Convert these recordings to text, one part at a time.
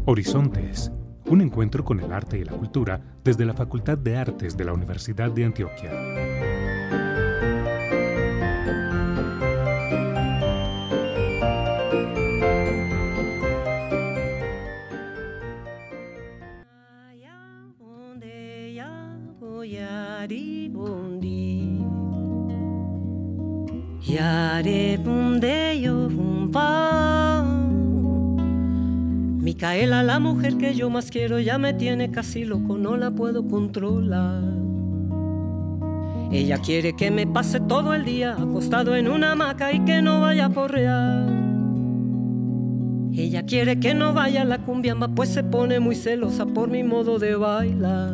Horizontes, un encuentro con el arte y la cultura desde la Facultad de Artes de la Universidad de Antioquia. Micaela, la mujer que yo más quiero, ya me tiene casi loco, no la puedo controlar. Ella quiere que me pase todo el día acostado en una hamaca y que no vaya a porrear. Ella quiere que no vaya a la cumbiamba, pues se pone muy celosa por mi modo de bailar.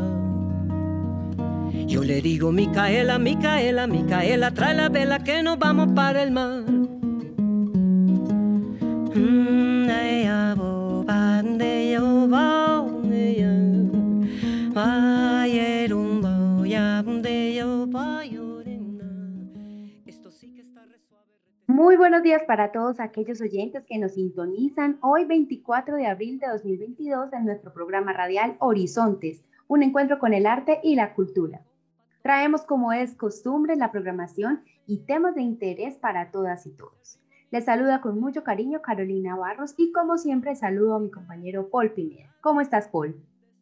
Yo le digo, Micaela, Micaela, Micaela, trae la vela que nos vamos para el mar. Muy buenos días para todos aquellos oyentes que nos sintonizan hoy 24 de abril de 2022 en nuestro programa radial Horizontes, un encuentro con el arte y la cultura. Traemos, como es costumbre, la programación y temas de interés para todas y todos. Les saluda con mucho cariño Carolina Barros y como siempre saludo a mi compañero Paul Pineda. ¿Cómo estás, Paul?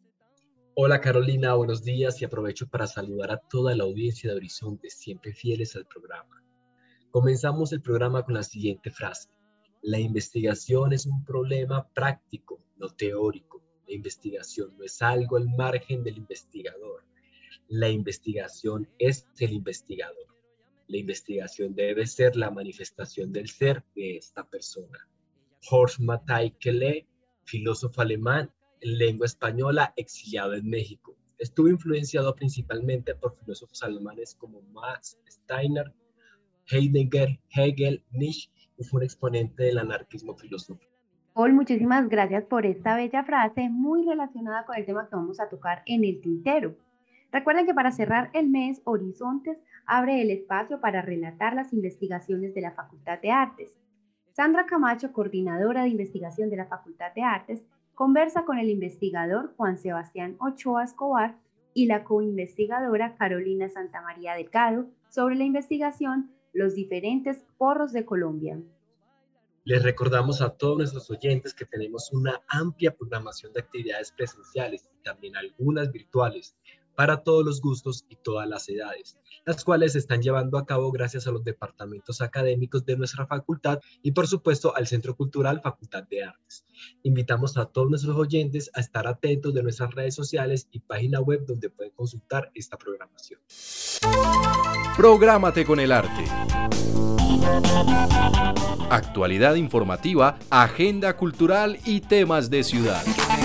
Hola Carolina, buenos días y aprovecho para saludar a toda la audiencia de Horizontes, siempre fieles al programa. Comenzamos el programa con la siguiente frase: la investigación es un problema práctico, no teórico. La investigación no es algo al margen del investigador. La investigación es el investigador. La investigación debe ser la manifestación del ser de esta persona. Georges Bataille, filósofo alemán en lengua española, exiliado en México. Estuvo influenciado principalmente por filósofos alemanes como Max Steiner, Heidegger, Hegel, Nietzsche, y fue un exponente del anarquismo filosófico. Paul, muchísimas gracias por esta bella frase muy relacionada con el tema que vamos a tocar en el tintero. Recuerden que para cerrar el mes, Horizontes abre el espacio para relatar las investigaciones de la Facultad de Artes. Sandra Camacho, coordinadora de investigación de la Facultad de Artes, conversa con el investigador Juan Sebastián Ochoa Escobar y la coinvestigadora Carolina Santamaría Delgado sobre la investigación Los diferentes porros de Colombia. Les recordamos a todos nuestros oyentes que tenemos una amplia programación de actividades presenciales y también algunas virtuales para todos los gustos y todas las edades, las cuales se están llevando a cabo gracias a los departamentos académicos de nuestra facultad y por supuesto al Centro Cultural Facultad de Artes. Invitamos a todos nuestros oyentes a estar atentos de nuestras redes sociales y página web donde pueden consultar esta programación. Prográmate con el arte. Actualidad informativa, agenda cultural y temas de ciudad.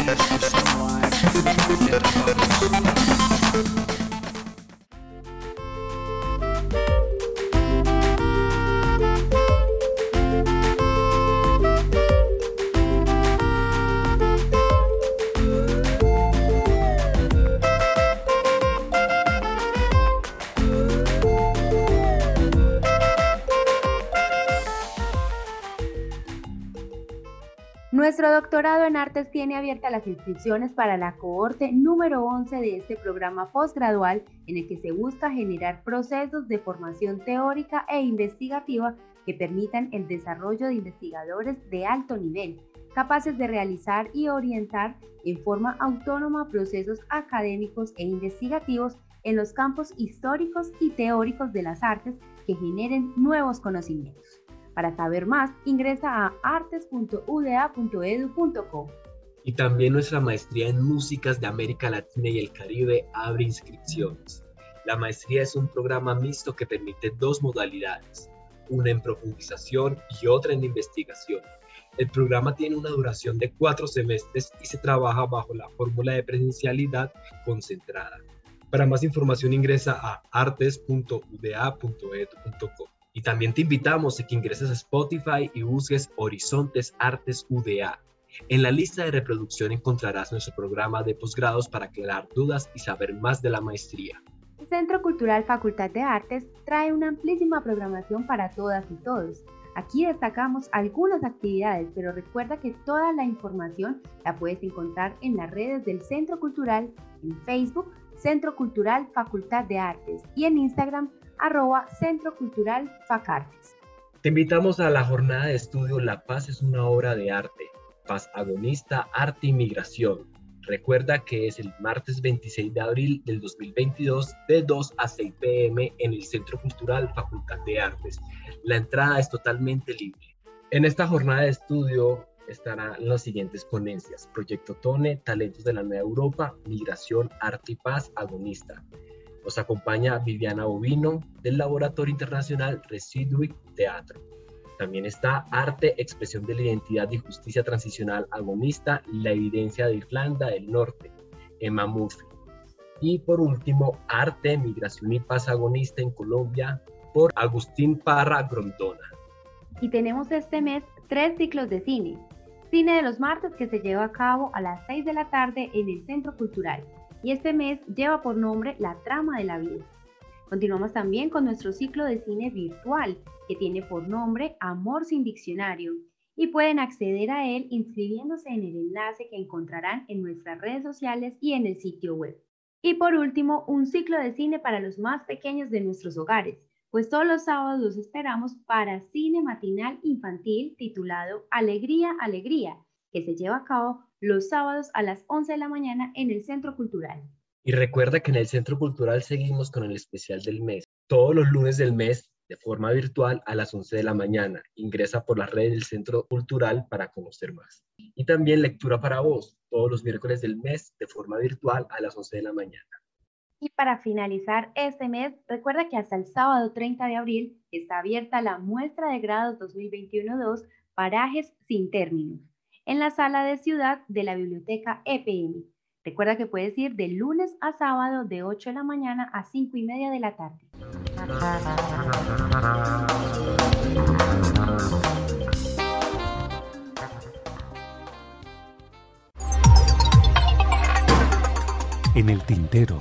Nuestro doctorado en artes tiene abiertas las inscripciones para la cohorte número 11 de este programa postgradual en el que se busca generar procesos de formación teórica e investigativa que permitan el desarrollo de investigadores de alto nivel, capaces de realizar y orientar en forma autónoma procesos académicos e investigativos en los campos históricos y teóricos de las artes que generen nuevos conocimientos. Para saber más, ingresa a artes.uda.edu.co. Y también nuestra maestría en músicas de América Latina y el Caribe abre inscripciones. La maestría es un programa mixto que permite dos modalidades, una en profundización y otra en investigación. El programa tiene una duración de 4 semestres y se trabaja bajo la fórmula de presencialidad concentrada. Para más información ingresa a artes.uda.edu.co. Y también te invitamos a que ingreses a Spotify y busques Horizontes Artes UDA. En la lista de reproducción encontrarás nuestro programa de posgrados para aclarar dudas y saber más de la maestría. El Centro Cultural Facultad de Artes trae una amplísima programación para todas y todos. Aquí destacamos algunas actividades, pero recuerda que toda la información la puedes encontrar en las redes del Centro Cultural, en Facebook, Centro Cultural Facultad de Artes, y en Instagram, @Centro Cultural Facartes. Te invitamos a la jornada de estudio La Paz es una obra de arte, Paz Agonista, Arte y Migración. Recuerda que es el martes 26 de abril del 2022 de 2 a 6 p.m. en el Centro Cultural Facultad de Artes. La entrada es totalmente libre. En esta jornada de estudio estarán las siguientes ponencias: Proyecto Tone, Talentos de la Nueva Europa, Migración, Arte y Paz Agonista. Nos acompaña Viviana Bovino del Laboratorio Internacional Residuic Teatro. También está Arte, Expresión de la Identidad y Justicia Transicional Agonista, La Evidencia de Irlanda del Norte, Emma Murphy. Y por último, Arte, Migración y Paz Agonista en Colombia, por Agustín Parra Grondona. Y tenemos este mes 3 ciclos de cine. Cine de los martes, que se lleva a cabo a las 6 de la tarde en el Centro Cultural. Y este mes lleva por nombre La Trama de la Vida. Continuamos también con nuestro ciclo de cine virtual, que tiene por nombre Amor sin Diccionario, y pueden acceder a él inscribiéndose en el enlace que encontrarán en nuestras redes sociales y en el sitio web. Y por último, un ciclo de cine para los más pequeños de nuestros hogares, pues todos los sábados los esperamos para cine matinal infantil titulado Alegría, Alegría, que se lleva a cabo los sábados a las 11 de la mañana en el Centro Cultural. Y recuerda que en el Centro Cultural seguimos con el especial del mes. Todos los lunes del mes, de forma virtual, a las 11 de la mañana. Ingresa por las redes del Centro Cultural para conocer más. Y también lectura para vos, todos los miércoles del mes, de forma virtual, a las 11 de la mañana. Y para finalizar este mes, recuerda que hasta el sábado 30 de abril está abierta la muestra de grados 2021-2 Parajes sin términos, en la sala de ciudad de la biblioteca EPM. Recuerda que puedes ir de lunes a sábado de 8 de la mañana a 5:30 de la tarde. En el tintero.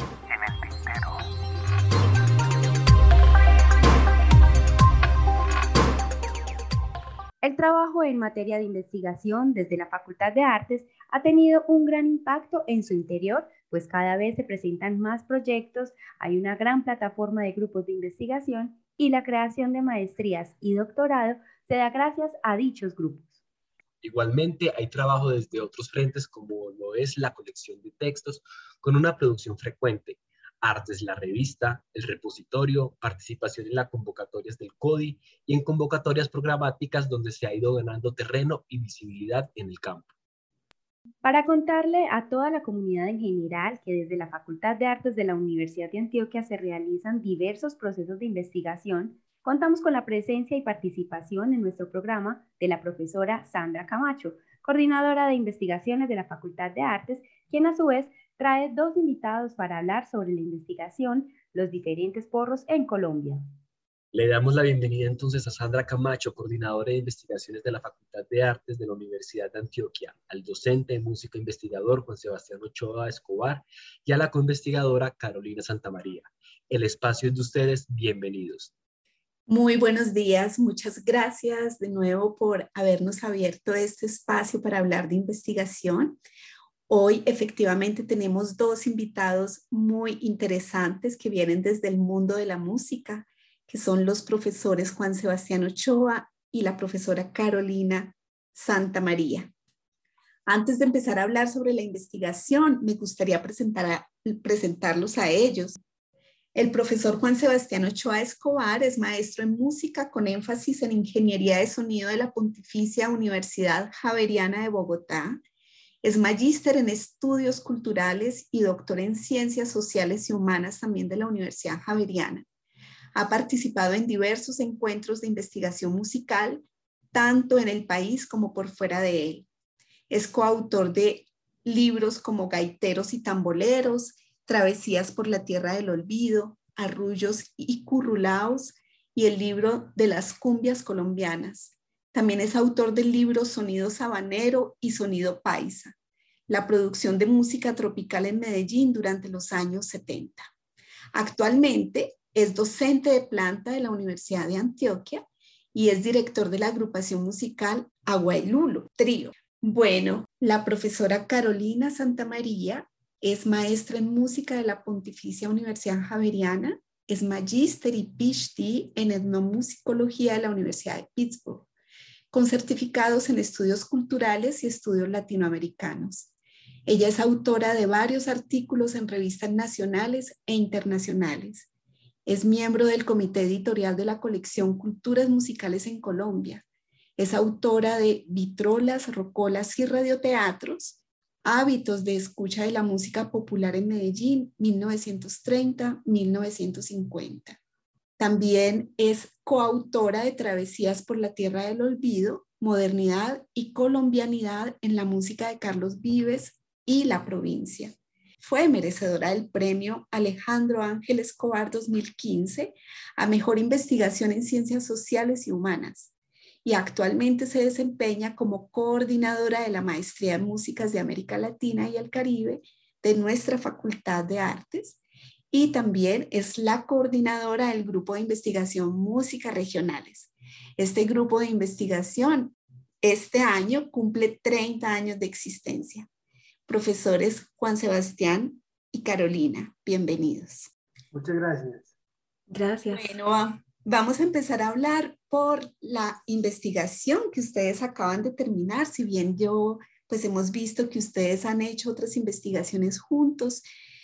El trabajo en materia de investigación desde la Facultad de Artes ha tenido un gran impacto en su interior, pues cada vez se presentan más proyectos, hay una gran plataforma de grupos de investigación y la creación de maestrías y doctorado se da gracias a dichos grupos. Igualmente, hay trabajo desde otros frentes, como lo es la colección de textos, con una producción frecuente, Artes la Revista, el repositorio, participación en las convocatorias del CODI y en convocatorias programáticas donde se ha ido ganando terreno y visibilidad en el campo. Para contarle a toda la comunidad en general que desde la Facultad de Artes de la Universidad de Antioquia se realizan diversos procesos de investigación, contamos con la presencia y participación en nuestro programa de la profesora Sandra Camacho, coordinadora de investigaciones de la Facultad de Artes, quien a su vez trae 2 invitados para hablar sobre la investigación, los diferentes porros en Colombia. Le damos la bienvenida entonces a Sandra Camacho, coordinadora de investigaciones de la Facultad de Artes de la Universidad de Antioquia, al docente, músico e investigador Juan Sebastián Ochoa Escobar y a la coinvestigadora Carolina Santamaría. El espacio es de ustedes, bienvenidos. Muy buenos días, muchas gracias de nuevo por habernos abierto este espacio para hablar de investigación. Hoy efectivamente tenemos 2 invitados muy interesantes que vienen desde el mundo de la música, que son los profesores Juan Sebastián Ochoa y la profesora Carolina Santamaría. Antes de empezar a hablar sobre la investigación, me gustaría presentarlos a ellos. El profesor Juan Sebastián Ochoa Escobar es maestro en música con énfasis en ingeniería de sonido de la Pontificia Universidad Javeriana de Bogotá. Es magíster en estudios culturales y doctor en ciencias sociales y humanas también de la Universidad Javeriana. Ha participado en diversos encuentros de investigación musical, tanto en el país como por fuera de él. Es coautor de libros como Gaiteros y Tamboleros, Travesías por la Tierra del Olvido, Arrullos y Currulaos y el libro de las cumbias colombianas. También es autor del libro Sonido Sabanero y Sonido Paisa, la producción de música tropical en Medellín durante los años 70. Actualmente es docente de planta de la Universidad de Antioquia y es director de la agrupación musical Aguailulo Trío. Bueno, la profesora Carolina Santamaría es maestra en música de la Pontificia Universidad Javeriana, es magíster y PhD en etnomusicología de la Universidad de Pittsburgh, con certificados en estudios culturales y estudios latinoamericanos. Ella es autora de varios artículos en revistas nacionales e internacionales. Es miembro del comité editorial de la colección Culturas Musicales en Colombia. Es autora de Vitrolas, Rocolas y Radioteatros, Hábitos de escucha de la música popular en Medellín, 1930-1950. También es coautora de Travesías por la Tierra del Olvido, Modernidad y Colombianidad en la música de Carlos Vives y La Provincia. Fue merecedora del premio Alejandro Ángel Escobar 2015 a Mejor Investigación en Ciencias Sociales y Humanas y actualmente se desempeña como coordinadora de la Maestría en Músicas de América Latina y el Caribe de nuestra Facultad de Artes y también es la coordinadora del Grupo de Investigación Música Regionales. Este grupo de investigación este año cumple 30 años de existencia. Profesores Juan Sebastián y Carolina, bienvenidos. Muchas gracias. Gracias. Bueno, vamos a empezar a hablar por la investigación que ustedes acaban de terminar. Si bien pues hemos visto que ustedes han hecho otras investigaciones juntos,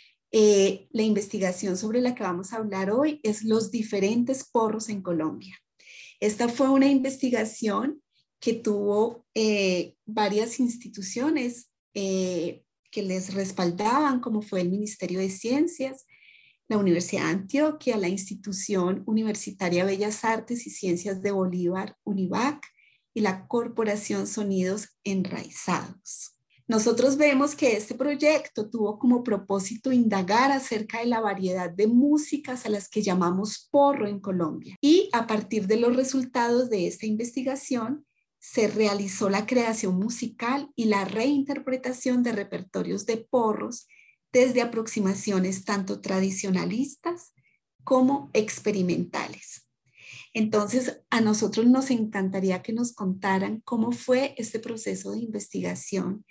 la investigación sobre la que vamos a hablar hoy es los diferentes porros en Colombia. Esta fue una investigación que tuvo varias instituciones que les respaldaban, como fue el Ministerio de Ciencias, la Universidad de Antioquia, la Institución Universitaria Bellas Artes y Ciencias de Bolívar, UNIVAC, y la Corporación Sonidos Enraizados. Nosotros vemos que este proyecto tuvo como propósito indagar acerca de la variedad de músicas a las que llamamos porro en Colombia. Y a partir de los resultados de esta investigación, se realizó la creación musical y la reinterpretación de repertorios de porros desde aproximaciones tanto tradicionalistas como experimentales. Entonces, a nosotros nos encantaría que nos contaran cómo fue este proceso de investigación.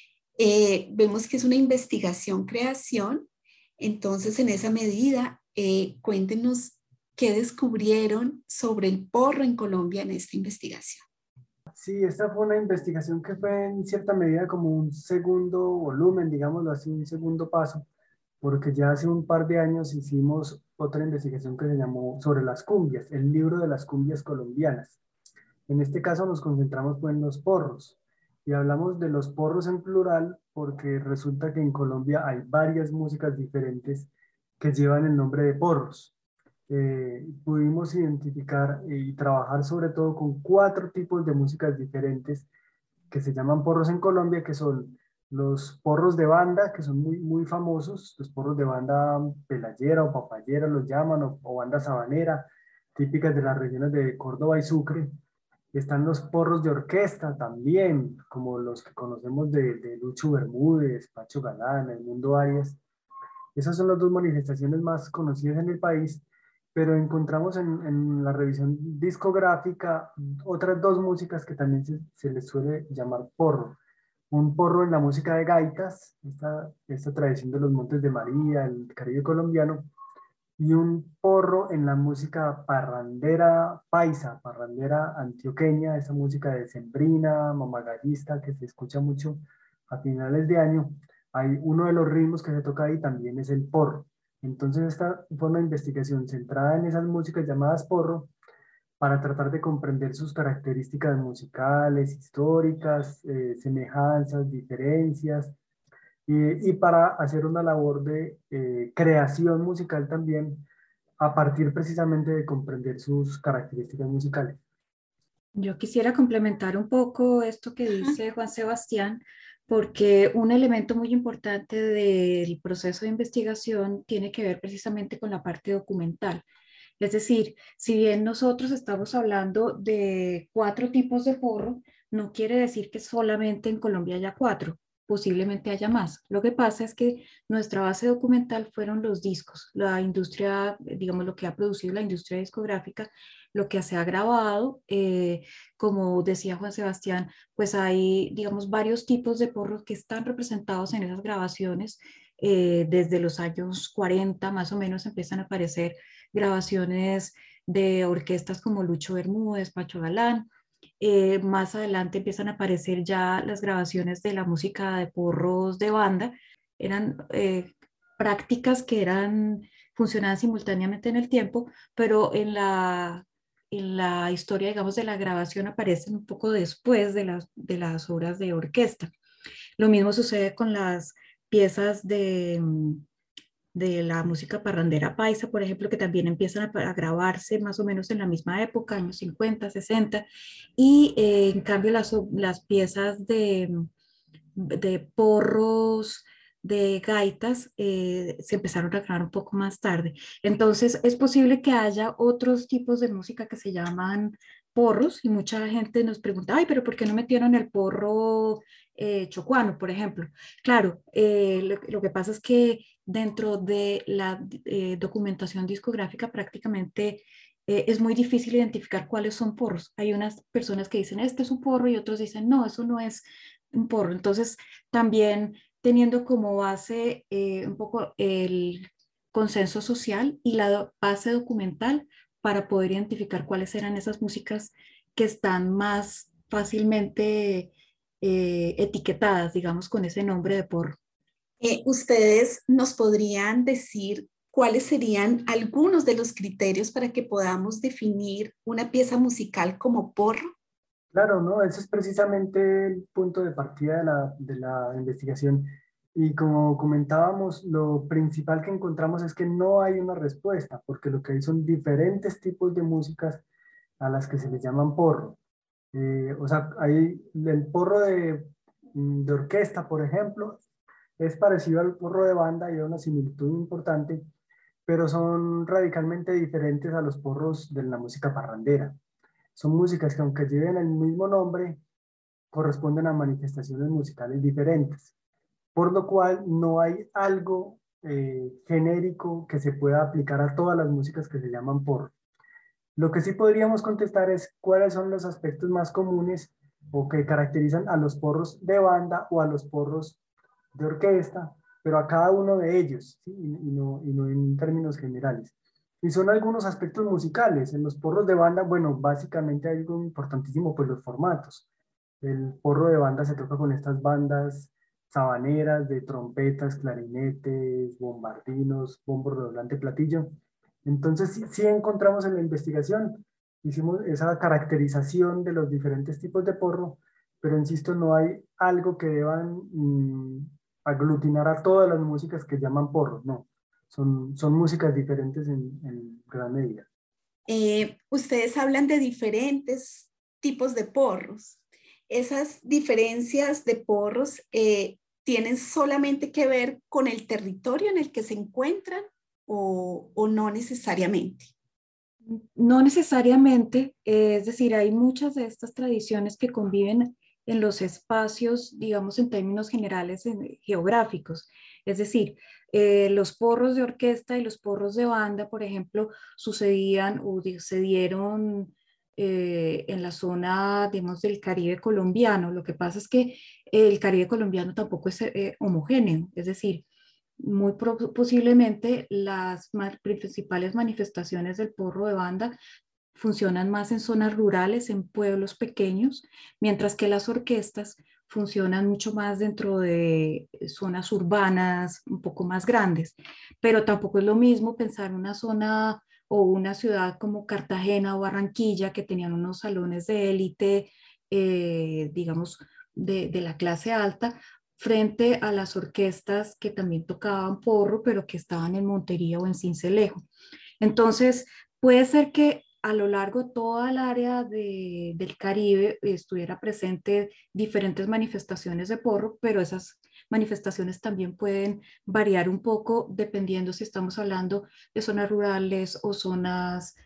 Vemos que es una investigación-creación, entonces en esa medida, cuéntenos qué descubrieron sobre el porro en Colombia en esta investigación. Sí, esta fue una investigación que fue en cierta medida como un segundo volumen, digámoslo así, un segundo paso, porque ya hace un par de años hicimos otra investigación que se llamó sobre las cumbias, el libro de las cumbias colombianas. En este caso nos concentramos pues en los porros y hablamos de los porros en plural porque resulta que en Colombia hay varias músicas diferentes que llevan el nombre de porros. Pudimos identificar y trabajar sobre todo con 4 tipos de músicas diferentes que se llaman porros en Colombia, que son los porros de banda, que son muy famosos, los porros de banda pelayera o papayera los llaman, o banda sabanera, típicas de las regiones de Córdoba y Sucre. Están los porros de orquesta también, como los que conocemos de Lucho Bermúdez, Pacho Galán, Edmundo Arias. Esas son las 2 manifestaciones más conocidas en el país, pero encontramos en la revisión discográfica otras 2 músicas que también se les suele llamar porro. Un porro en la música de gaitas, esta tradición de los Montes de María, el Caribe colombiano, y un porro en la música parrandera paisa, parrandera antioqueña, esa música decembrina, mamagallista, que se escucha mucho a finales de año. Hay uno de los ritmos que se toca ahí también es el porro. Entonces esta fue una investigación centrada en esas músicas llamadas porro para tratar de comprender sus características musicales, históricas, semejanzas, diferencias, y para hacer una labor de creación musical también a partir precisamente de comprender sus características musicales. Yo quisiera complementar un poco esto que dice Juan Sebastián, porque un elemento muy importante del proceso de investigación tiene que ver precisamente con la parte documental. Es decir, si bien nosotros estamos hablando de 4 tipos de porro, no quiere decir que solamente en Colombia haya 4, posiblemente haya más. Lo que pasa es que nuestra base documental fueron los discos, la industria, digamos lo que ha producido la industria discográfica, lo que se ha grabado. Como decía Juan Sebastián, pues hay, digamos, varios tipos de porros que están representados en esas grabaciones. Desde los años 40 más o menos empiezan a aparecer grabaciones de orquestas como Lucho Bermúdez, Pacho Galán. Más adelante empiezan a aparecer ya las grabaciones de la música de porros de banda. Eran prácticas que funcionaban simultáneamente en el tiempo, pero en la historia, digamos, de la grabación aparecen un poco después de las obras de orquesta. Lo mismo sucede con las piezas de la música parrandera paisa, por ejemplo, que también empiezan a grabarse más o menos en la misma época, años 50, 60, y en cambio las piezas de porros, de gaitas, se empezaron a grabar un poco más tarde. Entonces, es posible que haya otros tipos de música que se llaman porros y mucha gente nos pregunta, ay, pero ¿por qué no metieron el porro chocuano, por ejemplo? Claro, lo que pasa es que dentro de la documentación discográfica prácticamente es muy difícil identificar cuáles son porros. Hay unas personas que dicen, este es un porro, y otros dicen, no, eso no es un porro. Entonces, también teniendo como base un poco el consenso social y la base documental para poder identificar cuáles eran esas músicas que están más fácilmente etiquetadas, digamos, con ese nombre de porro. ¿Ustedes nos podrían decir cuáles serían algunos de los criterios para que podamos definir una pieza musical como porro? Claro, ¿no? Ese es precisamente el punto de partida de la investigación. Y como comentábamos, lo principal que encontramos es que no hay una respuesta, porque lo que hay son diferentes tipos de músicas a las que se les llaman porro. O sea, hay el porro de orquesta, por ejemplo, es parecido al porro de banda y hay una similitud importante, pero son radicalmente diferentes a los porros de la música parrandera. Son músicas que, aunque lleven el mismo nombre, corresponden a manifestaciones musicales diferentes, por lo cual no hay algo genérico que se pueda aplicar a todas las músicas que se llaman porro. Lo que sí podríamos contestar es cuáles son los aspectos más comunes o que caracterizan a los porros de banda o a los porros de orquesta, pero a cada uno de ellos, ¿sí? y no en términos generales. Y son algunos aspectos musicales. En los porros de banda, bueno, básicamente hay algo importantísimo, pues los formatos. El porro de banda se toca con estas bandas sabaneras de trompetas, clarinetes, bombardinos, bombo redoblante, platillo. Entonces sí encontramos en la investigación, hicimos esa caracterización de los diferentes tipos de porro, pero insisto, no hay algo que deban aglutinar a todas las músicas que llaman porros, no. Son músicas diferentes en gran medida. Ustedes hablan de diferentes tipos de porros. ¿Esas diferencias de porros tienen solamente que ver con el territorio en el que se encuentran o no necesariamente? No necesariamente, es decir, hay muchas de estas tradiciones que conviven en los espacios, digamos, en términos generales geográficos. Es decir, los porros de orquesta y los porros de banda, por ejemplo, sucedían o se dieron en la zona, digamos, del Caribe colombiano. Lo que pasa es que el Caribe colombiano tampoco es homogéneo, es decir, muy posiblemente las principales manifestaciones del porro de banda funcionan más en zonas rurales, en pueblos pequeños, mientras que las orquestas funcionan mucho más dentro de zonas urbanas un poco más grandes. Pero tampoco es lo mismo pensar una zona o una ciudad como Cartagena o Barranquilla, que tenían unos salones de élite, digamos, de la clase alta, frente a las orquestas que también tocaban porro, pero que estaban en Montería o en Sincelejo. Entonces, puede ser que a lo largo de toda el área del Caribe estuviera presente diferentes manifestaciones de porro, pero esas manifestaciones también pueden variar un poco dependiendo si estamos hablando de zonas rurales o zonas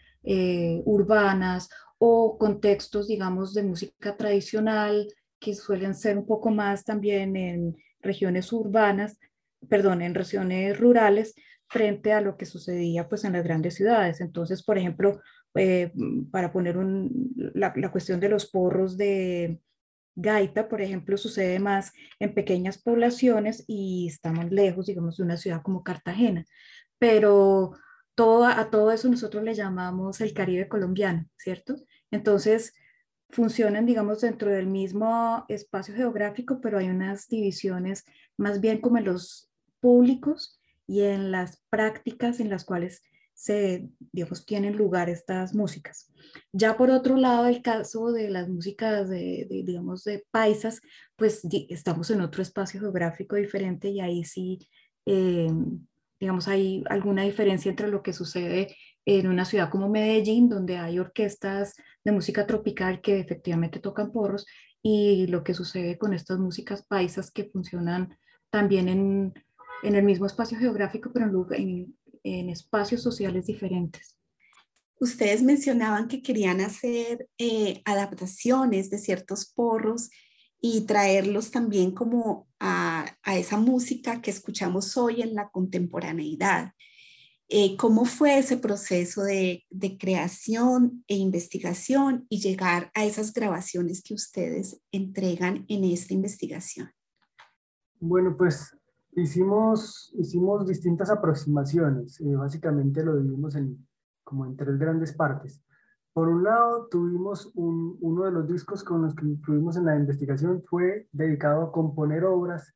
urbanas o contextos, digamos, de música tradicional que suelen ser un poco más también en regiones urbanas, perdón, en regiones rurales, frente a lo que sucedía pues en las grandes ciudades. Entonces, por ejemplo, Para poner la cuestión de los porros de gaita, por ejemplo, sucede más en pequeñas poblaciones y estamos lejos, digamos, de una ciudad como Cartagena. Pero a todo eso nosotros le llamamos el Caribe colombiano, ¿cierto? Entonces, funcionan, digamos, dentro del mismo espacio geográfico, pero hay unas divisiones más bien como en los públicos y en las prácticas en las cuales digamos, tienen lugar estas músicas. Ya por otro lado, el caso de las músicas digamos, de paisas, pues estamos en otro espacio geográfico diferente y ahí sí, digamos, hay alguna diferencia entre lo que sucede en una ciudad como Medellín, donde hay orquestas de música tropical que efectivamente tocan porros, y lo que sucede con estas músicas paisas que funcionan también en el mismo espacio geográfico, pero en espacios sociales diferentes. Ustedes mencionaban que querían hacer adaptaciones de ciertos porros y traerlos también como a esa música que escuchamos hoy en la contemporaneidad. ¿Cómo fue ese proceso de creación e investigación y llegar a esas grabaciones que ustedes entregan en esta investigación? Bueno, pues hicimos distintas aproximaciones. Básicamente lo dividimos como en tres grandes partes. Por un lado, tuvimos uno de los discos con los que incluimos en la investigación fue dedicado a componer obras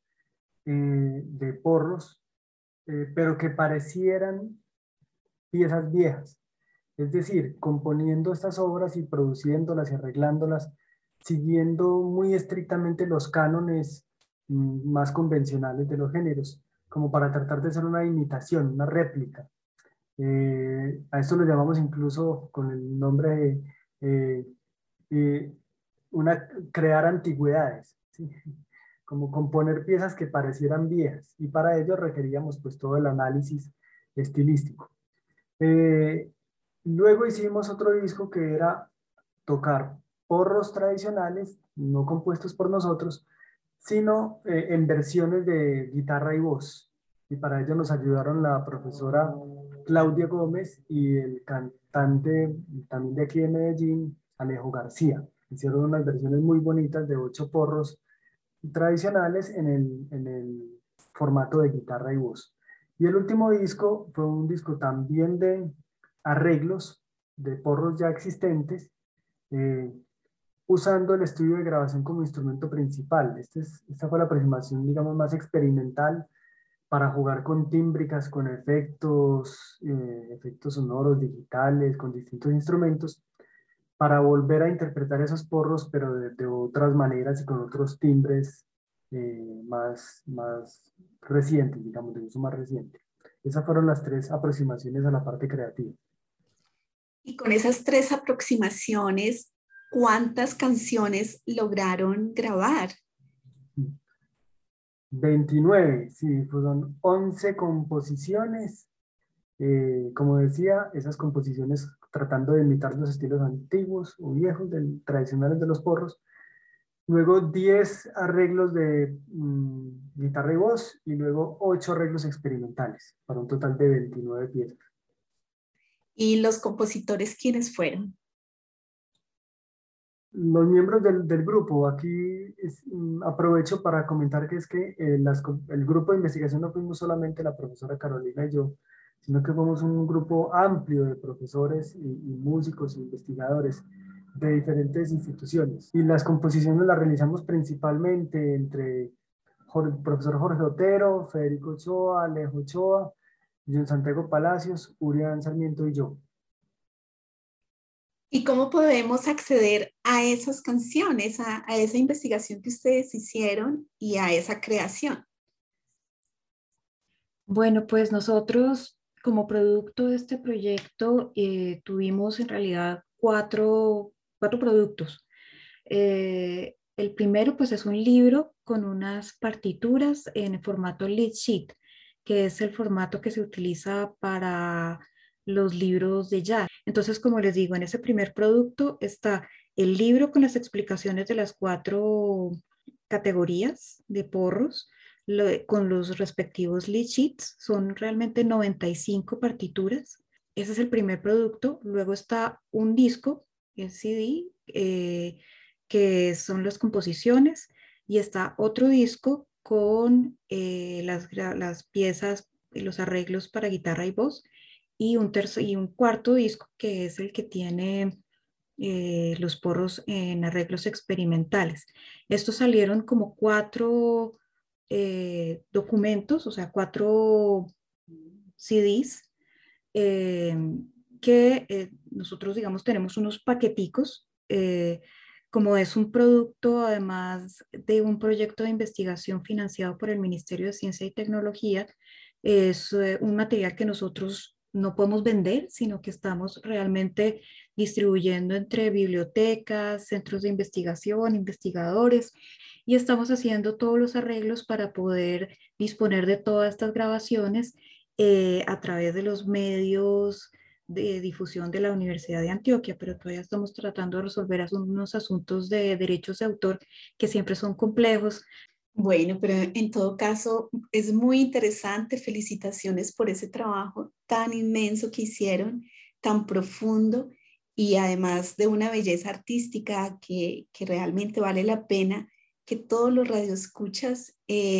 de porros, pero que parecieran piezas viejas. Es decir, componiendo estas obras y produciéndolas y arreglándolas, siguiendo muy estrictamente los cánones más convencionales de los géneros, como para tratar de hacer una imitación, una réplica. A esto lo llamamos incluso con el nombre de crear antigüedades, ¿sí? Como componer piezas que parecieran viejas, y para ello requeríamos pues todo el análisis estilístico. Luego hicimos otro disco que era tocar porros tradicionales, no compuestos por nosotros, sino en versiones de guitarra y voz. Y para ello nos ayudaron la profesora Claudia Gómez y el cantante también de aquí de Medellín, Alejo García. Hicieron unas versiones muy bonitas de 8 porros tradicionales en el formato de guitarra y voz. Y el último disco fue un disco también de arreglos de porros ya existentes, usando el estudio de grabación como instrumento principal. Esta fue la aproximación, digamos, más experimental para jugar con tímbricas, con efectos sonoros, digitales, con distintos instrumentos, para volver a interpretar esos porros, pero de otras maneras y con otros timbres más recientes, digamos, de uso más reciente. Esas fueron las 3 aproximaciones a la parte creativa. Y con esas 3 aproximaciones, ¿cuántas canciones lograron grabar? 29, sí, fueron 11 composiciones. Como decía, esas composiciones tratando de imitar los estilos antiguos o viejos, tradicionales de los porros. Luego 10 arreglos de guitarra y voz, y luego 8 arreglos experimentales, para un total de 29 piezas. ¿Y los compositores quiénes fueron? Los miembros del grupo. Aquí aprovecho para comentar que es que el grupo de investigación no fuimos solamente la profesora Carolina y yo, sino que fuimos un grupo amplio de profesores y músicos e investigadores de diferentes instituciones. Y las composiciones las realizamos principalmente entre el profesor Jorge Otero, Federico Ochoa, Alejo Ochoa, John Santiago Palacios, Urián Sarmiento y yo. ¿Y cómo podemos acceder a esas canciones, a esa investigación que ustedes hicieron y a esa creación? Bueno, pues nosotros como producto de este proyecto tuvimos en realidad cuatro productos. El primero pues es un libro con unas partituras en formato lead sheet, que es el formato que se utiliza para los libros de jazz. Entonces, como les digo, en ese primer producto está el libro con las explicaciones de las 4 categorías de porros, con los respectivos lead sheets. Son realmente 95 partituras. ese es el primer producto. Luego está un disco, el CD, que son las composiciones, y está otro disco con las piezas y los arreglos para guitarra y voz, y un cuarto disco que es el que tiene los porros en arreglos experimentales. Estos salieron como 4 documentos, o sea, 4 CDs, eh, que nosotros, digamos, tenemos unos paqueticos. Como es un producto, además de un proyecto de investigación financiado por el Ministerio de Ciencia y Tecnología, es un material que nosotros no podemos vender, sino que estamos realmente distribuyendo entre bibliotecas, centros de investigación, investigadores, y estamos haciendo todos los arreglos para poder disponer de todas estas grabaciones a través de los medios de difusión de la Universidad de Antioquia, pero todavía estamos tratando de resolver unos asuntos de derechos de autor que siempre son complejos. Bueno, pero en todo caso es muy interesante. Felicitaciones por ese trabajo tan inmenso que hicieron, tan profundo y además de una belleza artística que realmente vale la pena que todos los radioescuchas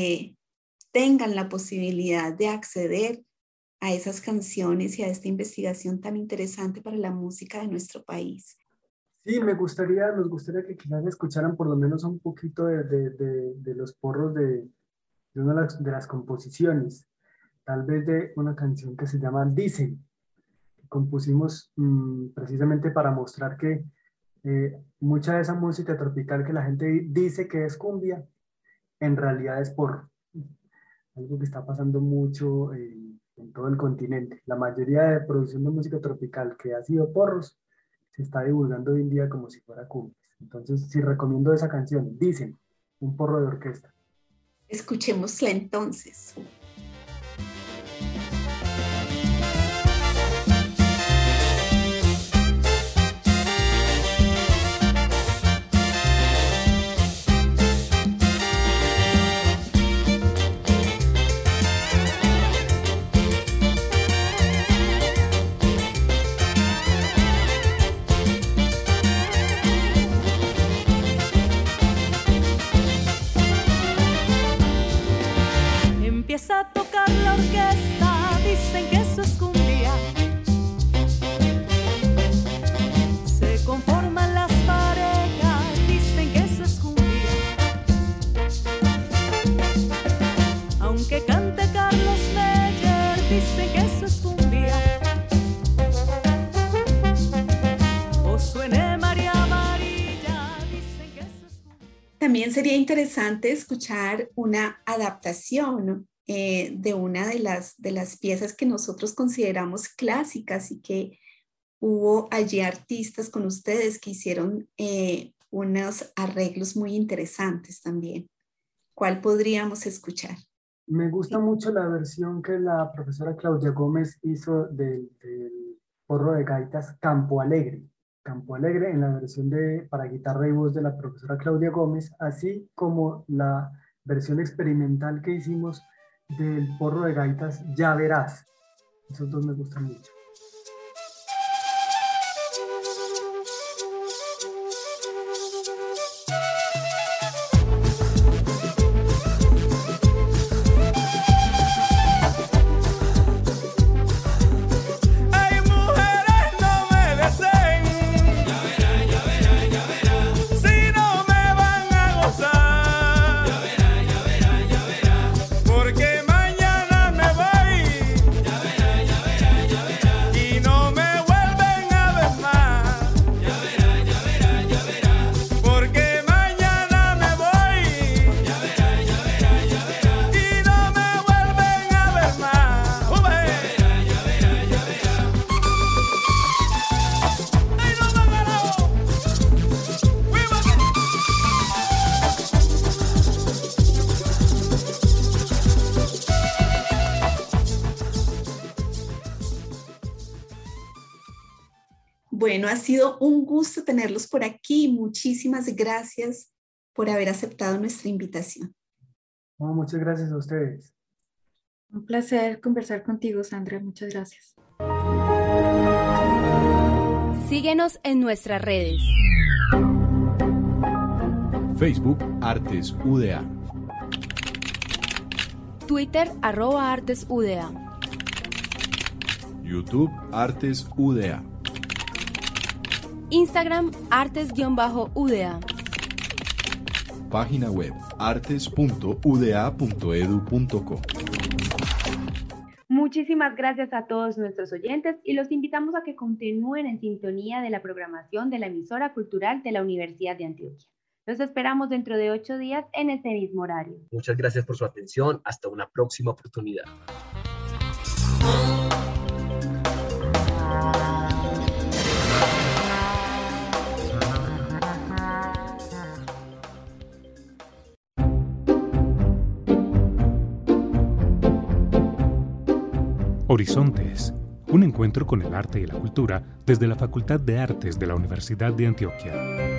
tengan la posibilidad de acceder a esas canciones y a esta investigación tan interesante para la música de nuestro país. Sí, nos gustaría que quizás escucharan por lo menos un poquito de los porros de una de las composiciones, tal vez de una canción que se llama Dicen, que compusimos precisamente para mostrar que mucha de esa música tropical que la gente dice que es cumbia, en realidad es porro. Algo que está pasando mucho en todo el continente. La mayoría de producción de música tropical que ha sido porros se está divulgando hoy en día como si fuera cumbia. Entonces, sí recomiendo esa canción, Dicen, un porro de orquesta. Escuchémosla entonces. Empieza a tocar la orquesta, dicen que eso es cumbia. Se conforman las parejas, dicen que eso es cumbia. Aunque cante Carlos Meyer, dicen que eso es cumbia. O suene María Amarilla, dicen que eso es cumbia. También sería interesante escuchar una adaptación de una de las piezas que nosotros consideramos clásicas y que hubo allí artistas con ustedes que hicieron unos arreglos muy interesantes también. ¿Cuál podríamos escuchar? Me gusta mucho la versión que la profesora Claudia Gómez hizo del porro de gaitas Campo Alegre. Campo Alegre en la versión para guitarra y voz de la profesora Claudia Gómez, así como la versión experimental que hicimos del porro de gaitas Ya Verás. Esos dos me gustan mucho. Bueno, ha sido un gusto tenerlos por aquí. Muchísimas gracias por haber aceptado nuestra invitación. Oh, muchas gracias a ustedes. Un placer conversar contigo, Sandra. Muchas gracias. Síguenos en nuestras redes. Facebook Artes UDA. Twitter @ArtesUDA. YouTube Artes UDA. Instagram artes_UDA. Página web artes.uda.edu.co. Muchísimas gracias a todos nuestros oyentes y los invitamos a que continúen en sintonía de la programación de la emisora cultural de la Universidad de Antioquia. Los esperamos dentro de 8 días en este mismo horario. Muchas gracias por su atención. Hasta una próxima oportunidad. Horizontes, un encuentro con el arte y la cultura desde la Facultad de Artes de la Universidad de Antioquia.